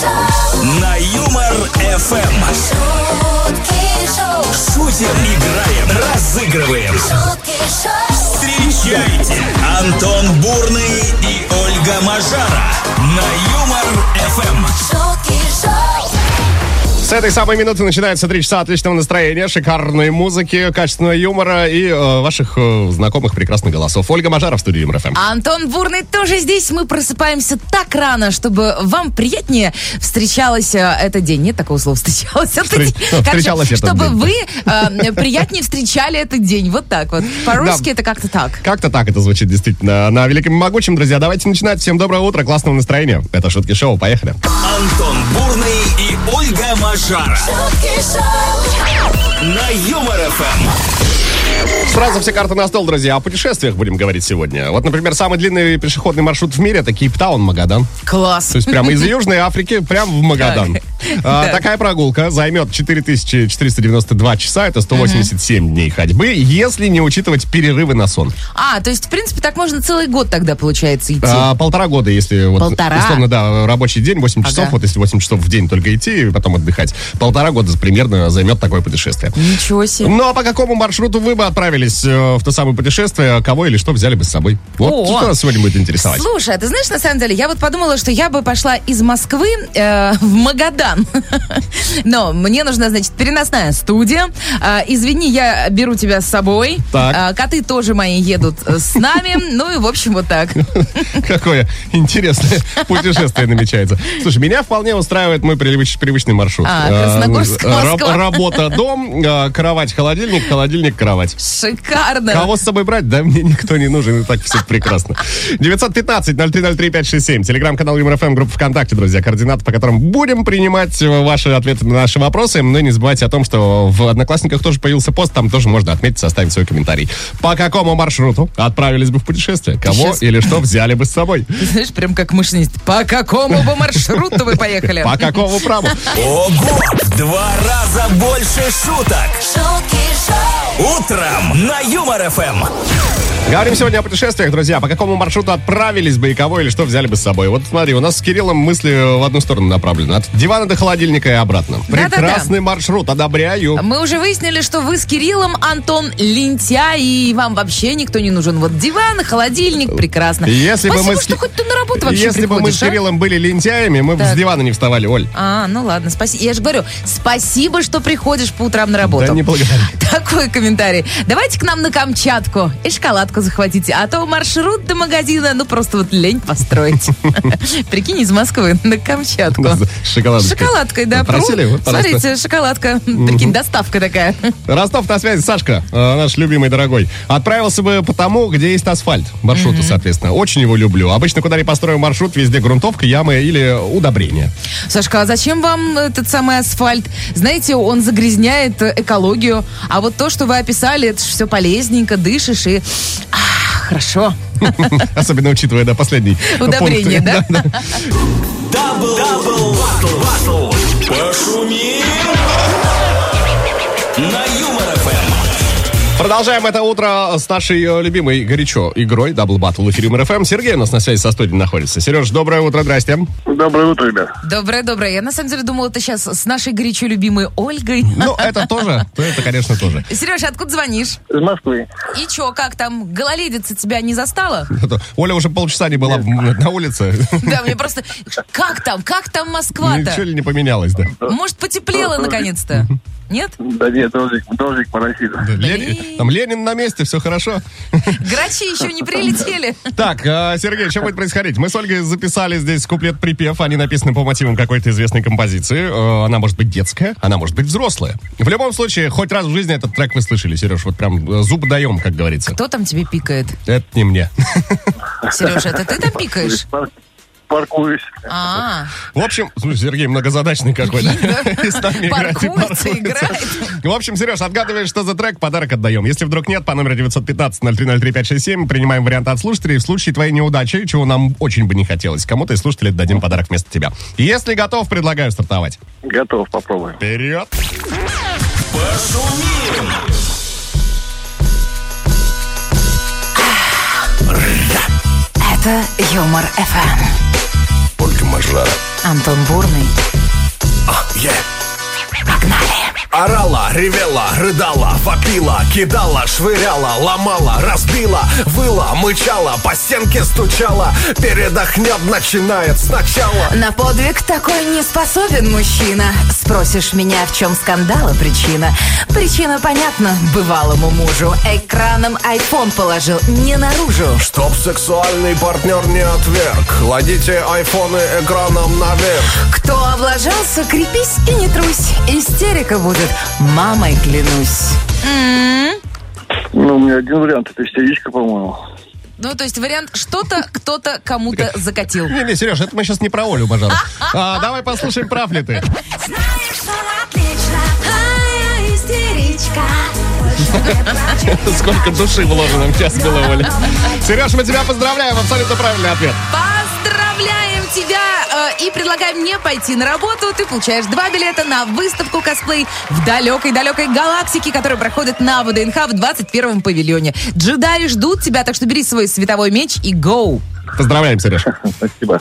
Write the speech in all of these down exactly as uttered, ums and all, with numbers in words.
На Юмор эф эм. Шутим, играем, разыгрываем. Встречайте Антон Бурный и Ольга Мажара на Юмор эф эм. С этой самой минуты начинается три часа отличного настроения, шикарной музыки, качественного юмора и э, ваших э, знакомых прекрасных голосов. Ольга Мажара в студии Юмор эф эм. Антон Бурный тоже здесь. Мы просыпаемся так рано, чтобы вам приятнее встречалось э, этот день. Нет такого слова «встречалось» этот Встреч... день. Ну, встречалось Короче, этот чтобы день. вы э, приятнее встречали этот день. Вот так вот. По-русски Да. это как-то так. Как-то так это звучит действительно на великом и могучем, друзья. Давайте начинать. Всем доброе утро, классного настроения. Это Шутки Шоу, поехали. Антон Бурный и Ольга Мажара на Юмор эф эм. Сразу все карты на стол, друзья. О путешествиях будем говорить сегодня. Вот, например, самый длинный пешеходный маршрут в мире — это Кейптаун, Магадан. Класс. То есть прямо из Южной Африки прямо в Магадан. А, Да. Такая прогулка займет четыре тысячи четыреста девяносто два часа, это сто восемьдесят семь дней ходьбы, если не учитывать перерывы на сон. А, то есть, в принципе, так можно целый год тогда, получается, идти. А, полтора года, если вот, Полтора? условно, да, рабочий день, восемь часов, Ага. вот если восемь часов в день только идти и потом отдыхать. Полтора года примерно займет такое путешествие. Ничего себе. Ну, а по какому маршруту вы бы отправились э, в то самое путешествие, кого или что взяли бы с собой? Вот О! что нас сегодня будет интересовать. Слушай, а ты знаешь, на самом деле, я вот подумала, что я бы пошла из Москвы э, в Магадан. Но мне нужна, значит, переносная студия. Э, извини, я беру тебя с собой. Так. Э, коты тоже мои едут с нами. Ну и, в общем, вот так. Какое интересное путешествие намечается. Слушай, меня вполне устраивает мой привыч- привычный маршрут. А, Э, Красногорск, раб- Москва. Работа, дом, э, кровать, холодильник, холодильник, кровать. Шикарно. Кого с собой брать? Да мне никто не нужен, и так все прекрасно. девятьсот пятнадцать ноль три ноль три пять шесть семь. Телеграм-канал Юмор эф эм, группа ВКонтакте, друзья. Координаты, по которым будем принимать ваши ответы на наши вопросы. Но не забывайте о том, что в Одноклассниках тоже появился пост. Там тоже можно отметить, оставить свой комментарий. По какому маршруту отправились бы в путешествие? Кого Сейчас. или что взяли бы с собой? Ты знаешь, прям как машинист. По какому бы маршруту вы поехали? По какому праву? Ого! В два раза больше шуток. Утром на Юмор эф эм. Говорим сегодня о путешествиях, друзья. По какому маршруту отправились бы и кого или что взяли бы с собой? Вот смотри, у нас с Кириллом мысли в одну сторону направлены. От дивана до холодильника и обратно. Да-да-да. Прекрасный маршрут, одобряю. Мы уже выяснили, что вы с Кириллом, Антон, лентяй, и вам вообще никто не нужен. Вот диван, холодильник, прекрасно. Если бы Спасибо, мы с что Ки- хоть ты на работу вообще Если бы мы приходишь, с а? Кириллом были лентяями, мы бы Так. с дивана не вставали, Оль. А, ну ладно, спасибо. Я же говорю, спасибо, что приходишь по утрам на работу. Да не благодарю. Такой комментарий. Давайте к нам на Камчатку и шоколадку захватите. А то маршрут до магазина, ну просто вот лень построить. Прикинь, из Москвы на Камчатку. Да, с шоколадочкой. Шоколадкой, да. Просили? пру. Вот, пожалуйста. Смотрите, шоколадка. Прикинь, доставка такая. Ростов на связи, Сашка, э, наш любимый дорогой. Отправился бы по тому, где есть асфальт. Маршруты, соответственно. Очень его люблю. Обычно, куда ни построю маршрут, везде грунтовка, ямы или удобрения. Сашка, а зачем вам этот самый асфальт? Знаете, он загрязняет э, экологию. А вот то, что вы описали, это же все полезненько, дышишь и... Ах, хорошо. Особенно учитывая, да, последний Удобрение, пункт. да? Дабл, дабл, батл, батл. Пошумим на Юмор эф эм. Продолжаем это утро с нашей э, любимой горячо игрой Double Battle в эфире Юмор эф эм. Сергей у нас на связи со студией находится. Сереж, доброе утро, здрасте. Доброе утро, ребят. Доброе-доброе. Я на самом деле думала, ты сейчас с нашей горячо любимой Ольгой. Ну, это тоже, то это, конечно, тоже. Сережа, откуда звонишь? Из Москвы. И чё, как там, гололедица тебя не застала? Это Оля уже полчаса не была в- на улице. Да, мне просто... Как там? Как там Москва-то? Ничего ли не поменялось, да? Может, потеплело наконец-то? Нет? Да нет, дождик, дождик моросит. Да, Лени- Там Ленин на месте, все хорошо. Грачи еще не прилетели. Так, э, Сергей, что будет происходить? Мы с Ольгой записали здесь куплет-припев. Они написаны по мотивам какой-то известной композиции. Э, Она может быть детская, она может быть взрослая. В любом случае, хоть раз в жизни этот трек вы слышали, Сереж. Вот прям э, зуб даем, как говорится. Кто там тебе пикает? Это не мне. Сережа, это ты там пикаешь? Пар- Паркуюсь. А, В общем, слушай, Сергей многозадачный какой-то. И с нами играет, и паркуется, паркуется. играет. В общем, Сереж, отгадываешь, что за трек, подарок отдаем. Если вдруг нет, по номеру девятьсот пятнадцать ноль три ноль три пять шесть семь принимаем варианты от слушателей. В случае твоей неудачи, чего нам очень бы не хотелось, кому-то из слушателей дадим подарок вместо тебя. Если готов, предлагаю стартовать. Готов, попробуем. Вперед! Пошумим. это Юмор эф эм. Ольга Мажара. Антон Бурный. Yeah. Орала, ревела, рыдала, вопила, кидала, швыряла, ломала, разбила, выла, мычала, по стенке стучала, передохнет, начинает сначала. На подвиг такой не способен мужчина. Спросишь меня, в чем скандала причина? Причина понятна бывалому мужу. Экраном айфон положил не наружу. Чтоб сексуальный партнер не отверг, кладите айфоны экраном наверх. Кто облажался, крепись и не трусь. Истерика будет, мамой клянусь. М-м-м. Ну, у меня один вариант, это истеричка, по-моему. Ну, то есть вариант что-то кто-то кому-то закатил. Не-не, Сереж, это мы сейчас не про Олю Мажару. А, давай послушаем, прав ли ты. Знаешь, что отлично, а я истеричка. Сколько души вложено в час было, Оля. Сереж, мы тебя поздравляем, абсолютно правильный ответ. Поздравляем тебя э, и предлагаем не пойти на работу. Ты получаешь два билета на выставку косплей в далекой-далекой галактике, которая проходит на ВДНХ в двадцать первом павильоне. Джедаи ждут тебя, так что бери свой световой меч и гоу. Поздравляем, Сереж. Спасибо.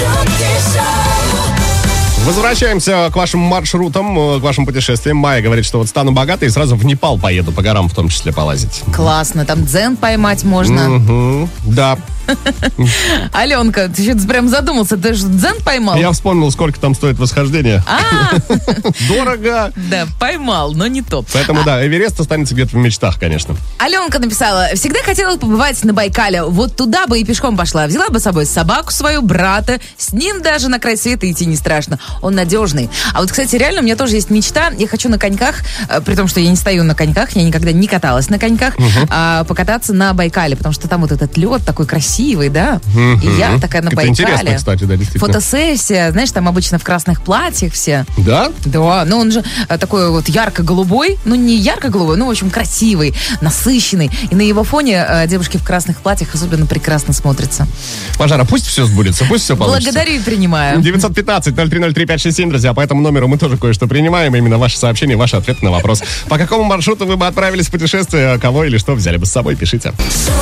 Возвращаемся к вашим маршрутам, к вашим путешествиям. Майя говорит, что вот стану богатой и сразу в Непал поеду, по горам в том числе полазить. Классно, там дзен поймать можно. Угу, да. Аленка, ты что-то прям задумался, ты же дзен поймал? Я вспомнил, сколько там стоит восхождение. А, Дорого. да, поймал, но не то. Поэтому, да, Эверест останется где-то в мечтах, конечно. Аленка написала: всегда хотела побывать на Байкале. Вот туда бы и пешком пошла. Взяла бы с собой собаку свою, брата. С ним даже на край света идти не страшно. Он надежный. А вот, кстати, реально у меня тоже есть мечта. Я хочу на коньках, э, при том, что я не стою на коньках, я никогда не каталась на коньках, угу. а, покататься на Байкале, потому что там вот этот лед такой красивый, да? Угу. И я такая на Это Байкале. интересно, кстати, да, действительно. Фотосессия, знаешь, там обычно в красных платьях все. Да? Да, но он же э, такой вот ярко-голубой, ну не ярко-голубой, ну в общем красивый, насыщенный. И на его фоне э, девушки в красных платьях особенно прекрасно смотрятся. Мажара, пусть все сбудется, пусть все получится. Благодарю и принимаю. девятьсот пятнадцать ноль три ноль три пять шесть семь, друзья, по этому номеру мы тоже кое-что принимаем. Именно ваши сообщения, ваши ответы на вопрос. По какому маршруту вы бы отправились в путешествие, кого или что взяли бы с собой, пишите.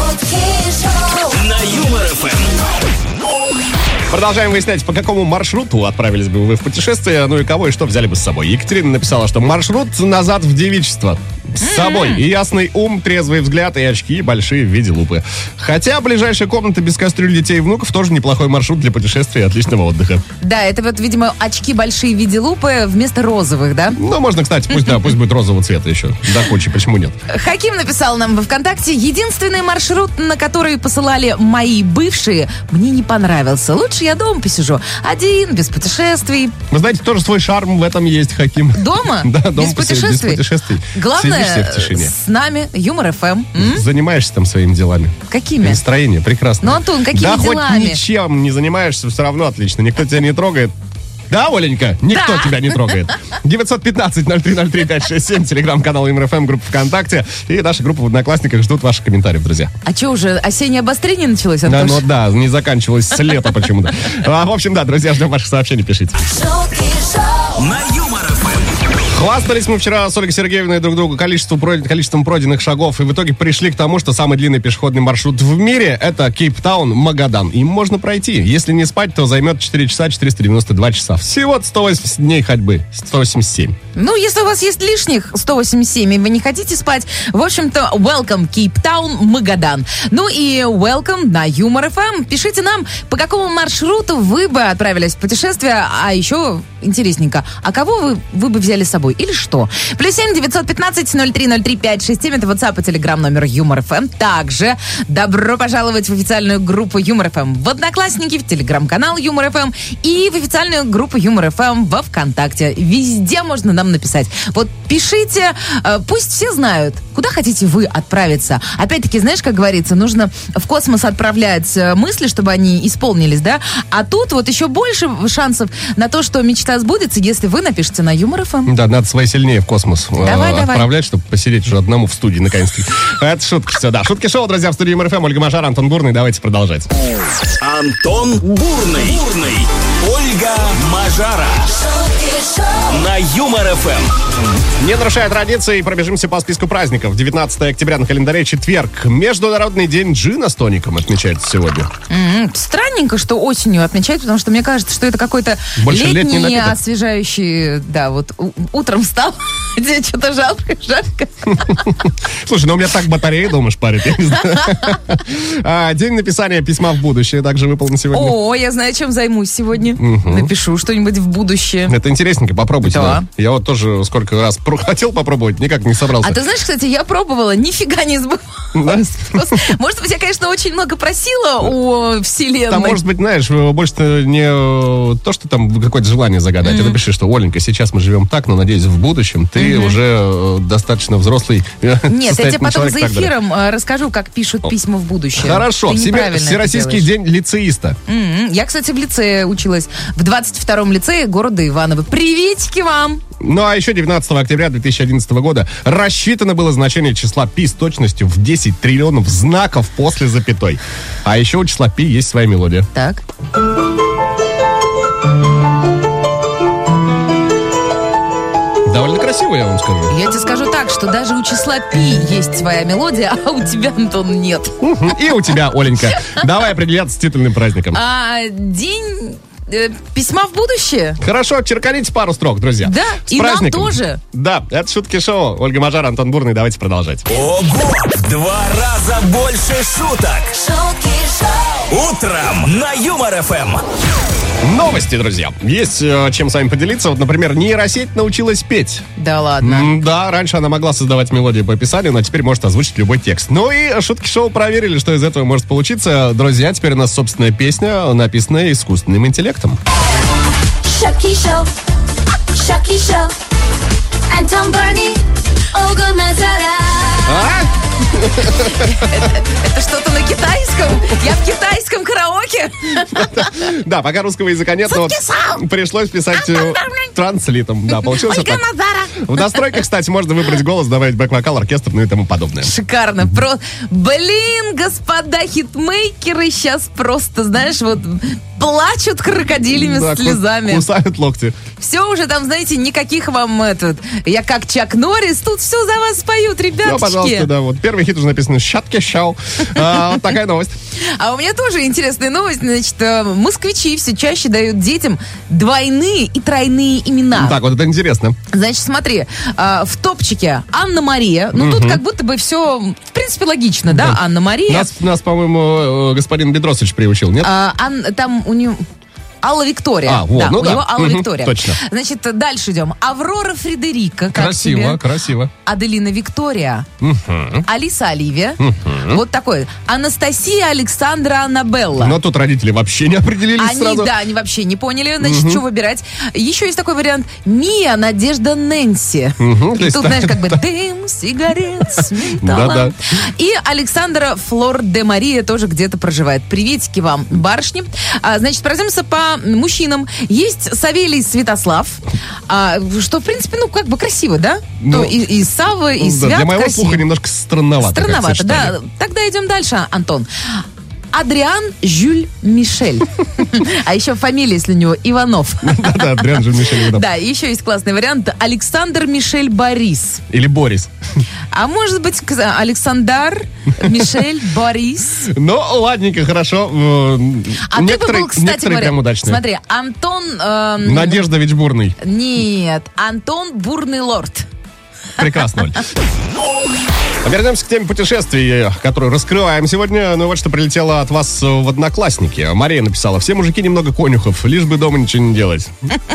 На Юмор ФМ. Продолжаем выяснять, по какому маршруту отправились бы вы в путешествие, ну и кого и что взяли бы с собой. Екатерина написала, что маршрут назад в девичество. С собой и ясный ум, трезвый взгляд и очки большие в виде лупы. Хотя ближайшая комната без кастрюль детей и внуков тоже неплохой маршрут для путешествия и отличного отдыха. Да, это вот, видимо, очки большие в виде лупы вместо розовых, да? Ну, можно, кстати, пусть, да, пусть будет розового цвета еще. До кучи, почему нет? Хаким написал нам во ВКонтакте: единственный маршрут, на который посылали мои бывшие, мне не понравился. Лучше я дома посижу. Один, без путешествий. Вы знаете, тоже свой шарм в этом есть, Хаким. Дома? Да, дома без посидеть, путешествий? без путешествий. Главное, Сидишь себе в тишине. с нами Юмор ФМ. М? Занимаешься там своими делами. Какими? Настроение прекрасно. Ну, Антон, какими да, делами? хоть ничем не занимаешься, все равно отлично. Никто тебя не трогает. Да, Оленька? Никто Да. тебя не трогает. девятьсот пятнадцать ноль три ноль три пять шесть семь, телеграм-канал Юмор ФМ, группа ВКонтакте. И наша группа в Одноклассниках ждут ваших комментариев, друзья. А что, уже осеннее обострение началось, Да, Антош? ну да, не заканчивалось с лета почему-то. А, в общем, да, друзья, ждем ваших сообщений, пишите. На Юмор ФМ. Хвастались мы вчера с Ольгой Сергеевной друг другу количеством, пройд... количеством пройденных шагов, и в итоге пришли к тому, что самый длинный пешеходный маршрут в мире — это Кейптаун, Магадан. Им можно пройти. Если не спать, то займет четыре часа четыреста девяносто два часа. Всего сто восемьдесят дней ходьбы. сто восемьдесят семь. Ну, если у вас есть лишних сто восемьдесят семь, и вы не хотите спать, в общем-то, welcome, Кейптаун, Магадан. Ну и welcome на Юмор ФМ. Пишите нам, по какому маршруту вы бы отправились в путешествие, а еще интересненько, а кого вы, вы бы взяли с собой или что? Плюс семь девятьсот пятнадцать ноль три ноль три пять шесть семь, это WhatsApp и Telegram номер Юмор ФМ. Также добро пожаловать в официальную группу Юмор ФМ в Одноклассники, в Telegram-канал Юмор ФМ и в официальную группу Юмор ФМ во ВКонтакте. Везде можно нам написать. Вот пишите, э, пусть все знают, куда хотите вы отправиться. Опять-таки, знаешь, как говорится, нужно в космос отправлять э, мысли, чтобы они исполнились, да? А тут вот еще больше шансов на то, что мечта сбудется, если вы напишите на Юмор ФМ. Да, надо свои сильнее в космос Давай, э, давай. отправлять, чтобы посидеть уже одному в студии наконец-то. Это шутки все, да. Шутки шоу, друзья, в студии Юмор ФМ. Ольга Мажара, Антон Бурный. Давайте продолжать. Антон Бурный. Бурный. Ольга Мажара. Мажара на Юмор эф эм. Не нарушая традиции, пробежимся по списку праздников. девятнадцатое октября на календаре четверг. Международный день джина с тоником отмечается сегодня. М-м, странненько, что осенью отмечают, потому что мне кажется, что это какой-то Больше летний летний, напиток. освежающий. Да, вот у- утром встал, тебе что-то жарко, жарко. Слушай, ну у меня так батареи дома шпарит, я не знаю. А, День написания письма в будущее также выпал на сегодня. О, я знаю, чем займусь сегодня. Напишу что-нибудь в будущее. Это интересненько, попробуйте. Да. да. Я вот тоже сколько раз про- хотел попробовать, никак не собрался. А ты знаешь, кстати, я пробовала, нифига не сбывалось. Да? Может быть, я, конечно, очень много просила у вселенной. Там, может быть, знаешь, больше не э, то, что там какое-то желание загадать. А напиши, что, Оленька, сейчас мы живем так, но, надеюсь, в будущем ты уже э, достаточно взрослый, э, Нет, я тебе состоятельный потом человек за и так далее. эфиром э, расскажу, как пишут письма в будущее. Хорошо. Ты Всеме- неправильно это Всероссийский делаешь. день лицеиста. М-м. Я, кстати, в лицее училась. В двадцать втором лицее города Иваново. Приветики вам! Ну, а еще девятнадцатого октября две тысячи одиннадцатого года рассчитано было значение числа пи с точностью в десять триллионов знаков после запятой. А еще у числа пи есть своя мелодия. Так. Довольно красиво, я вам скажу. Я тебе скажу так, что даже у числа пи есть своя мелодия, а у тебя, Антон, нет. И у тебя, Оленька. Давай определяться с титульным праздником. А день э, письма в будущее? Хорошо, черканите пару строк, друзья. Да, С и нам праздником. тоже. Да, это Шутки Шоу. Ольга Мажара, Антон Бурный. Давайте продолжать. Ого! В два раза больше шуток. шутки шоу, Утром на Юмор эф эм. Новости, друзья. Есть э, чем с вами поделиться. Вот, например, нейросеть научилась петь. Да ладно. М, Да, раньше она могла создавать мелодии по описанию, но теперь может озвучить любой текст. Ну и Шутки Шоу проверили, что из этого может получиться. Друзья, теперь у нас собственная песня, написанная искусственным интеллектом. шутки шоу, шутки шоу, Антон Бурный, Ольга Мазара. А? Это что-то на китайском? Я в китайском караоке? Да, пока русского языка нет, но Шутки Шоу. пришлось писать э, транслитом. Да, получилось вот Ольга так. Мазара. В настройках, кстати, можно выбрать голос, добавить бэк-вокал, оркестр, ну и тому подобное. Шикарно. Про... Блин, господа хитмейкеры сейчас просто, знаешь, вот плачут крокодилями Да, ку- слезами. Кусают локти. Все уже там, знаете, никаких вам этот... Я как Чак Норрис, тут все за вас поют, Ну, ребяточки. пожалуйста, да, вот первый хит уже написано «Шатки шоу». А, Вот такая новость. А у меня тоже интересная новость. Значит, э, москвичи все чаще дают детям двойные и тройные имена. Так, вот это интересно. Значит, смотри, э, в топчике Анна-Мария. Ну, тут как будто бы все, в принципе, логично, да? Да. Анна-Мария. Нас, нас, по-моему, э, господин Бедросович приучил, нет? А, Ан- там у нее... Алла Виктория. А, вот, да, ну у да. него Алла Мгм, Виктория. точно. Значит, дальше идем. Аврора Фредерика. Как Красиво, тебе? красиво. Аделина Виктория. Алиса Оливия. Вот такой. Анастасия Александра Аннабелла. Но тут родители вообще не определились Они, сразу. да, они вообще не поняли, значит, что выбирать. Еще есть такой вариант. Мия, Надежда, Нэнси. Мгм, И то есть тут, так- знаешь, как бы дым, сигарет, сметала. Да-да. И Александра Флор де Мария тоже где-то проживает. Приветики вам, барышни. А, значит, пройдемся по мужчинам. Есть Савелий Святослав, а, что, в принципе, ну, как бы красиво, да? Ну, То и, и Савва, и Да, Свят для моего красиво. слуха немножко странновато. как Странновато, сочетание. да. Тогда идем дальше, Антон. Адриан Жюль Мишель. А еще фамилия, если у него Иванов. Да-да, Адриан же Мишель Иванов. Да, и еще есть классный вариант. Александр Мишель Борис. Или Борис. А может быть, к- Александр Мишель Борис. Ну, ладненько, хорошо. Э, А ты бы некоторые, был, кстати некоторые говоря, прям удачные. смотри, Антон... эм, Надеждович Бурный. Нет, Антон Бурный Лорд. Прекрасно, Оль. Вернемся к теме путешествий, которую раскрываем сегодня. Ну вот что прилетело от вас в Одноклассники. Мария написала: все мужики немного конюхов, лишь бы дома ничего не делать.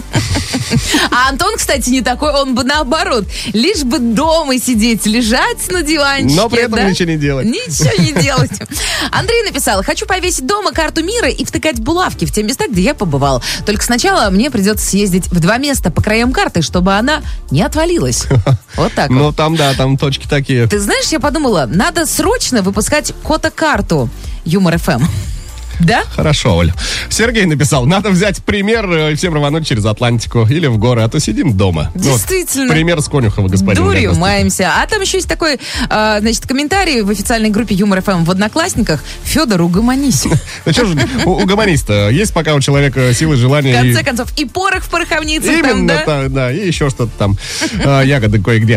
А Антон, кстати, не такой, он бы наоборот. Лишь бы дома сидеть, лежать на диванчике. Но при этом да? ничего не делать. Ничего не делать. Андрей написал: хочу повесить дома карту мира и втыкать булавки в те места, где я побывал. Только сначала мне придется съездить в два места по краям карты, чтобы она не отвалилась. Вот так вот. Ну там, да, там точки такие. Ты знаешь, я подумала, надо срочно выпускать кота-карту Юмор эф эм. Да? Хорошо, Оль. Сергей написал, надо взять пример и всем рвануть через Атлантику или в горы, а то сидим дома. Действительно. Вот, пример с Конюхова, господин. Дурью Диагностик. маемся. А там еще есть такой, а, значит, комментарий в официальной группе Юмор эф эм в Одноклассниках. Федор, угомонись. Ну что же, у- угомонись-то. Есть пока у человека силы, В желания. и- конце концов, и порох в пороховницах там, Именно, да? та- да, и еще что-то там. А, ягоды кое-где.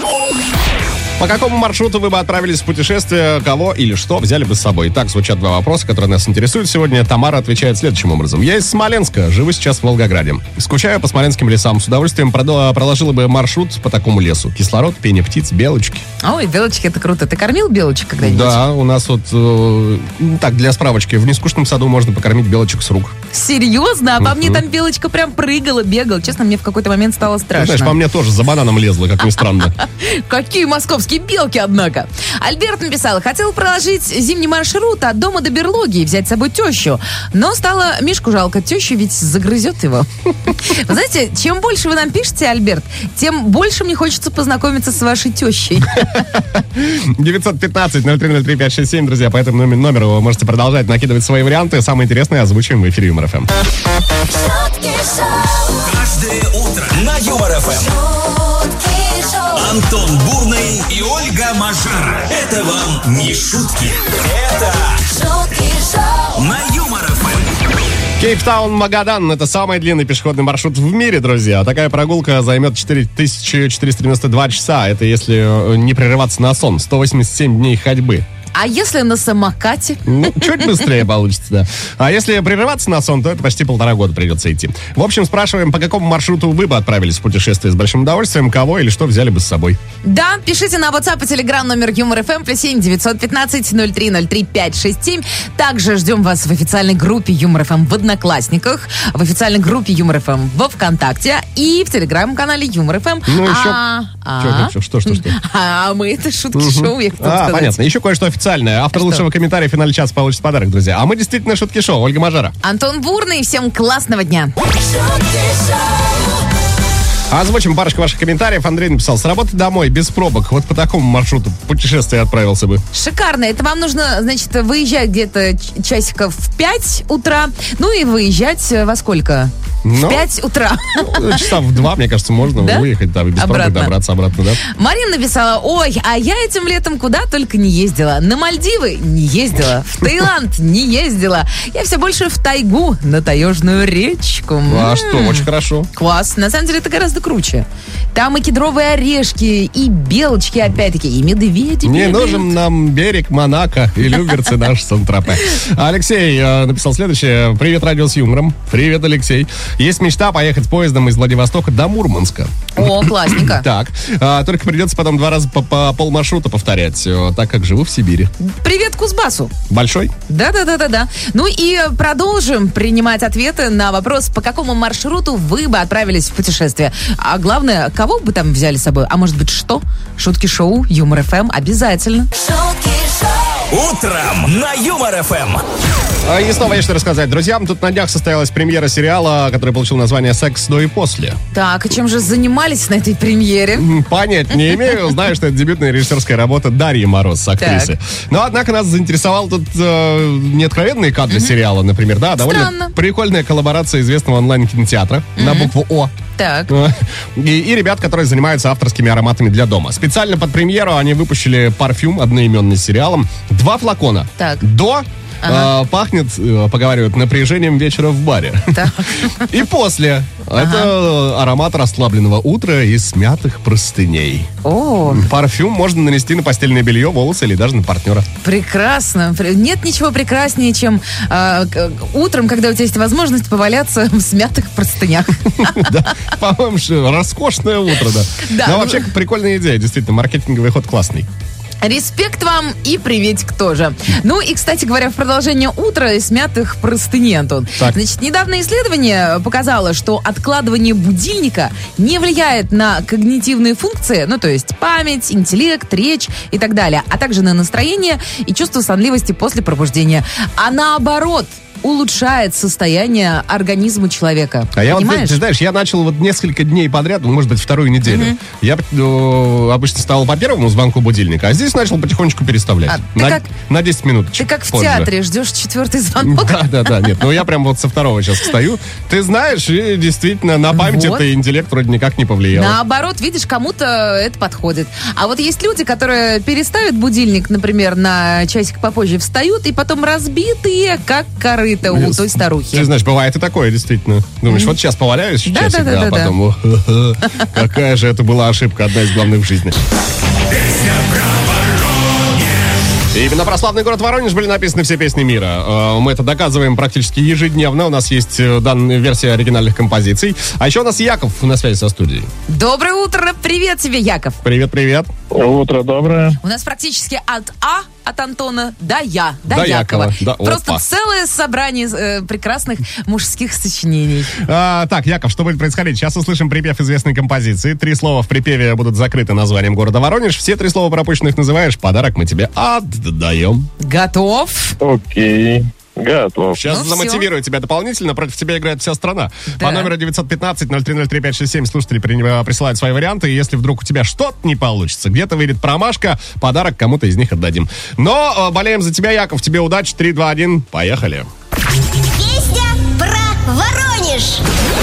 По какому маршруту вы бы отправились в путешествие, кого или что взяли бы с собой? Так звучат два вопроса, которые нас интересуют сегодня. Тамара отвечает следующим образом. Я из Смоленска, живу сейчас в Волгограде. Скучаю по смоленским лесам. С удовольствием продо- проложила бы маршрут по такому лесу. Кислород, пение птиц, белочки. Ой, белочки, это круто. Ты кормил белочек когда-нибудь? Да, у нас вот, э, ну, так, для справочки, в нескучном саду можно покормить белочек с рук. Серьезно? А по мне там белочка прям прыгала, бегала. Честно, мне в какой-то момент стало Ты страшно. знаешь, по мне тоже за бананом лезла, как ни странно. Какие московские белки, однако. Альберт написал, хотел проложить зимний маршрут от дома до берлоги и взять с собой тещу. Но стало Мишку жалко, теща ведь загрызет его. Вы знаете, чем больше вы нам пишете, Альберт, тем больше мне хочется познакомиться с вашей тещей. девятьсот пятнадцать ноль три ноль три пять шесть семь, друзья, по этому номер- номеру вы можете продолжать накидывать свои варианты. Самые интересные озвучиваем в эфире Юмор эф эм. шутки шоу, Каждое утро на Юмор эф эм. шутки шоу, Антон Бурный и Ольга Мажара. Это вам не шутки. Это шутки шоу, на Юмор эф эм. Кейптаун, Магадан – это самый длинный пешеходный маршрут в мире, друзья. Такая прогулка займет четыре тысячи четыреста девяносто два часа. Это если э, не прерываться на сон. сто восемьдесят семь дней ходьбы. А если на самокате? Ну, чуть быстрее получится, да. А если прерываться на сон, то это почти полтора года придется идти. В общем, спрашиваем, по какому маршруту вы бы отправились в путешествие с большим удовольствием, кого или что взяли бы с собой. Да, пишите на WhatsApp и Telegram номер Юмор эф эм плюс семь девятьсот пятнадцать ноль три ноль три пять шесть семь. Также ждем вас в официальной группе Юмор эф эм в Одноклассниках, в официальной группе Юмор эф эм во ВКонтакте и в Телеграм-канале Юмор эф эм. Ну, еще- А, Чё, чё, что, что, что? А мы это шутки шоу, я хотела А, сказать. понятно. Еще кое-что официальное. Автор Что? лучшего комментария в финале часа получит подарок, друзья. А мы действительно шутки шоу. Ольга Мажара. Антон Бурный, всем классного дня. шутки шоу, Озвучим парочку ваших комментариев. Андрей написал, с работы домой, без пробок. Вот по такому маршруту в путешествие отправился бы. Шикарно. Это вам нужно, значит, выезжать где-то ч- часиков в пять утра. Ну и выезжать э, во сколько? Ну, В пять утра. ну, часа в два, мне кажется, можно Да? выехать там и без пробок Обратно. добраться обратно, да? Марина написала, ой, а я этим летом куда только не ездила. На Мальдивы не ездила, в Таиланд не ездила. Я все больше в тайгу, на таежную речку. А М, что, очень хорошо. Класс. На самом деле это гораздо круче. Там и кедровые орешки, и белочки, опять-таки, и медведи. Не бегают. нужен нам берег Монако и люберцы наш Сан-Тропе. Алексей э, написал следующее. Привет, радио с юмором. Привет, Алексей. Есть мечта поехать поездом из Владивостока до Мурманска. О, классненько. Так, а, только придется потом два раза по, по полмаршрута повторять, э, так как живу в Сибири. Привет Кузбассу. Большой? Да-да-да-да-да. Ну и продолжим принимать ответы на вопрос, по какому маршруту вы бы отправились в путешествие. А главное, кого бы там взяли с собой? А может быть, что? Шутки шоу, Юмор эф эм обязательно. шутки шоу, Утром на Юмор эф эм. А, И снова есть что рассказать. Друзьям, тут на днях состоялась премьера сериала, который получил название «Секс до и после». Так, и чем же занимались на этой премьере? М, Понять не имею. Знаю, что это дебютная режиссерская работа Дарьи Мороз, актрисы. Но, однако, нас заинтересовал тут э, неоткровенные кадры сериала, например, да, довольно Странно. прикольная коллаборация известного онлайн-кинотеатра на букву «О». Так. И, и ребят, которые занимаются авторскими ароматами для дома. Специально под премьеру они выпущили парфюм, одноименный с сериалом. Два флакона. Так. До э, пахнет, э, поговаривают, напряжением вечера в баре. Так. И после. Это аромат расслабленного утра из смятых простыней. О, Парфюм можно нанести на постельное белье, волосы или даже на партнера. прекрасно. Пр- Нет ничего прекраснее, чем а, к- утром, когда у тебя есть возможность поваляться в смятых простынях. Да, по-моему, что роскошное утро, да. Да, Но ну- вообще прикольная идея, действительно, маркетинговый ход классный. Респект вам и приветик тоже. Ну и, кстати говоря, в продолжение утра и смятых простыней, Антон. Так. Значит, недавнее исследование показало, что откладывание будильника не влияет на когнитивные функции, ну то есть память, интеллект, речь и так далее, а также на настроение и чувство сонливости после пробуждения. А наоборот, улучшает состояние организма человека. А я вот, Понимаешь? ты знаешь, я начал вот несколько дней подряд, ну, может быть, вторую неделю. Мгм. Я э, обычно вставал по первому звонку будильника, а здесь начал потихонечку переставлять. А, ты на, как- на десять минут. Ты как в театре ждешь четвертый звонок. Да, да, да, нет, ну я прям вот со второго сейчас встаю. Ты знаешь, и действительно, на память Вот. это интеллект вроде никак не повлиял. Наоборот, видишь, кому-то это подходит. А вот есть люди, которые переставят будильник, например, на часик попозже, встают, и потом разбитые, как корыто у той старухи. Ты знаешь, бывает и такое, действительно. Думаешь, вот сейчас поваляюсь Да, часик, да, да, а да, да. потом, о, ха-ха, какая же это была ошибка, одна из главных в жизни. И именно про славный город Воронеж были написаны все песни мира. Э, Мы это доказываем практически ежедневно. У нас есть э, данная версия оригинальных композиций. А еще у нас Яков на связи со студией. Доброе утро, привет тебе, Яков. Привет, привет. Утро доброе. У нас практически от А, от Антона, до Я, до, До Якова. Якова, да, Просто опа. целое собрание э, прекрасных мужских сочинений. А, так, Яков, что будет происходить? Сейчас услышим припев известной композиции. Три слова в припеве будут закрыты названием города Воронеж. Все три слова пропущенных называешь. Подарок мы тебе отдаем. Готов? Окей. Готов. Сейчас Ну, замотивирую тебя дополнительно. Против тебя играет вся страна. Да. По номеру девятьсот пятнадцать ноль три ноль три пять шесть семь слушатели при- присылают свои варианты. И если вдруг у тебя что-то не получится, где-то выйдет промашка, подарок кому-то из них отдадим. Но э, болеем за тебя, Яков. Тебе удачи. три, два, один. Поехали. Песня про Воронеж.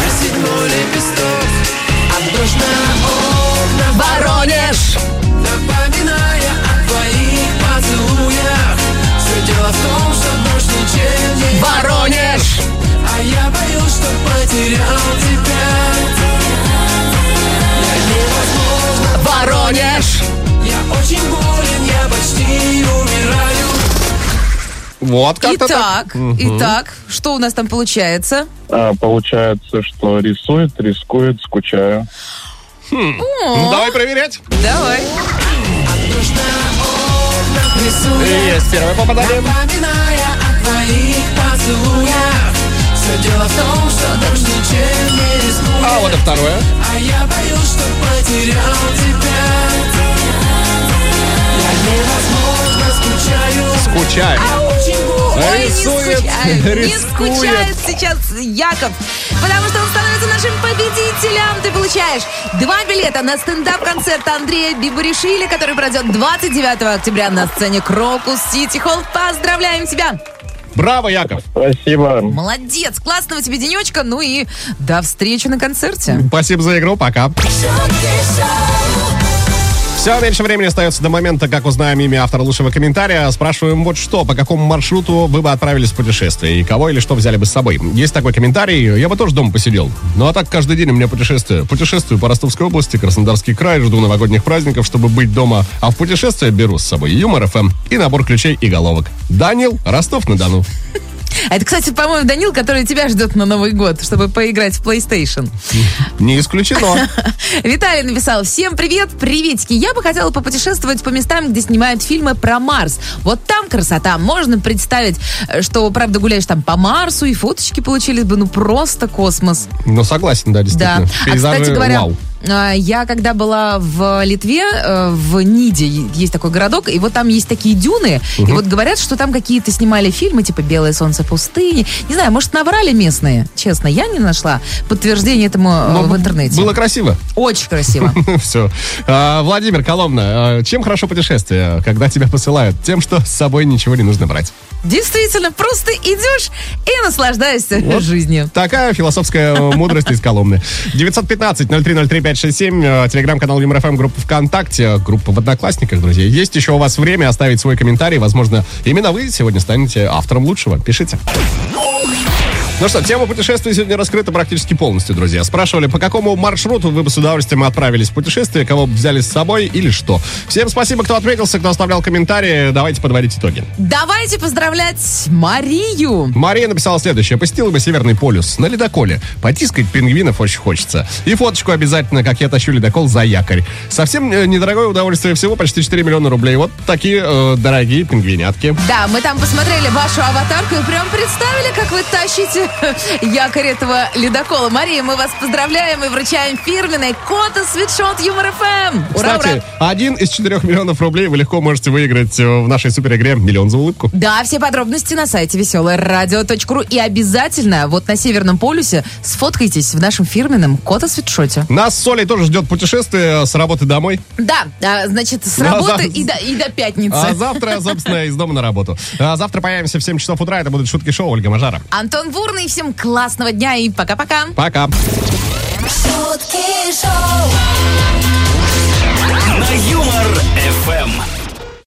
Воронеж! Напоминая о твоих поцелуях. Все дело в том, что больше ничем не Воронеж! А я боюсь, что потерял тебя. Я невозможно, Воронеж! я очень болен, я почти умираю. Вот как-то так. Итак, итак, что у нас там получается? А, получается, что рисует, рискует, скучаю. Ну, давай проверять. Давай. Есть первое попадание. Напоминая о твоих поцелуях. Все дело в том, что больше ничем не рискую. А вот и второе. А я боюсь, что потерял тебя. Я невозможно скучаю. Скучаю. Я очень болен. Ой, не Рисует, скучает, не рискует. скучает сейчас Яков, потому что он становится нашим победителем. Ты получаешь два билета на стендап-концерт Андрея Бибуришвили, который пройдет двадцать девятого октября на сцене Крокус Сити Холл. Поздравляем тебя! Браво, Яков. Спасибо. Молодец, классного тебе денечка, ну и до встречи на концерте. Спасибо за игру. Пока. Все, меньше времени остается до момента, как узнаем имя автора лучшего комментария. Спрашиваем вот что, по какому маршруту вы бы отправились в путешествие, и кого или что взяли бы с собой. Есть такой комментарий, я бы тоже дома посидел. Ну а так каждый день у меня путешествие. Путешествую по Ростовской области, Краснодарский край, жду новогодних праздников, чтобы быть дома. А в путешествие беру с собой Юмор эф эм и набор ключей и головок. Данил, Ростов-на-Дону. А это, кстати, по-моему, Данил, который тебя ждет на Новый год, чтобы поиграть в PlayStation. Не исключено. Виталий написал: всем привет, приветики. Я бы хотела попутешествовать по местам, где снимают фильмы про Марс. Вот там красота. Можно представить, что, правда, гуляешь там по Марсу, и фоточки получились бы, ну, просто космос. Ну, согласен, да, Да. действительно. А, Пейзажи, кстати говоря, вау. а, я когда была в Литве, э, в Ниде, есть такой городок, и вот там есть такие дюны, и вот говорят, что там какие-то снимали фильмы, типа «Белое солнце пустыни». Не знаю, может, наврали местные. Честно, я не нашла подтверждения этому э, Но в интернете. Было красиво. Очень красиво. Все. А, Владимир, Коломна, а, чем хорошо путешествие, когда тебя посылают? Тем, что с собой ничего не нужно брать. Действительно, просто идешь и наслаждаешься Вот жизнью. Такая философская э, мудрость из Коломны. девятьсот пятнадцать ноль три ноль три пять шесть семь, э, телеграм-канал Юмор эф эм, группа ВКонтакте, группа в Одноклассниках, друзья. Есть еще у вас время оставить свой комментарий. Возможно, именно вы сегодня станете автором лучшего. Пишите. Ну что, тема путешествий сегодня раскрыта практически полностью, друзья. Спрашивали, по какому маршруту вы бы с удовольствием отправились в путешествие, кого бы взяли с собой или что. Всем спасибо, кто отметился, кто оставлял комментарии. Давайте подводить итоги. Давайте поздравлять Марию. Мария написала следующее. Посетила бы Северный полюс на ледоколе. Потискать пингвинов очень хочется. И фоточку обязательно, как я тащу ледокол за якорь. Совсем э, недорогое удовольствие, всего почти четыре миллиона рублей. Вот такие э, дорогие пингвинятки. Да, мы там посмотрели вашу аватарку и прям представили, как вы тащите якорь этого ледокола. Мария, мы вас поздравляем и вручаем фирменный Кота свитшот Юмор эф эм. Ура, Кстати, ура! один из четырех миллионов рублей вы легко можете выиграть в нашей суперигре «Миллион за улыбку». Да, все подробности на сайте веселое радио точка ру. И обязательно вот на Северном полюсе сфоткайтесь в нашем фирменном Кота свитшоте. Нас с Олей тоже ждет путешествие с работы домой. Да, а, значит, с Ну, а работы зав- и, до, и до пятницы. А завтра, собственно, из дома на работу. А завтра появимся в семь часов утра. Это будут шутки шоу Ольга Мажара. Антон Бурный, всем классного дня и пока-пока. Пока. шутки шоу. На Юмор эф эм.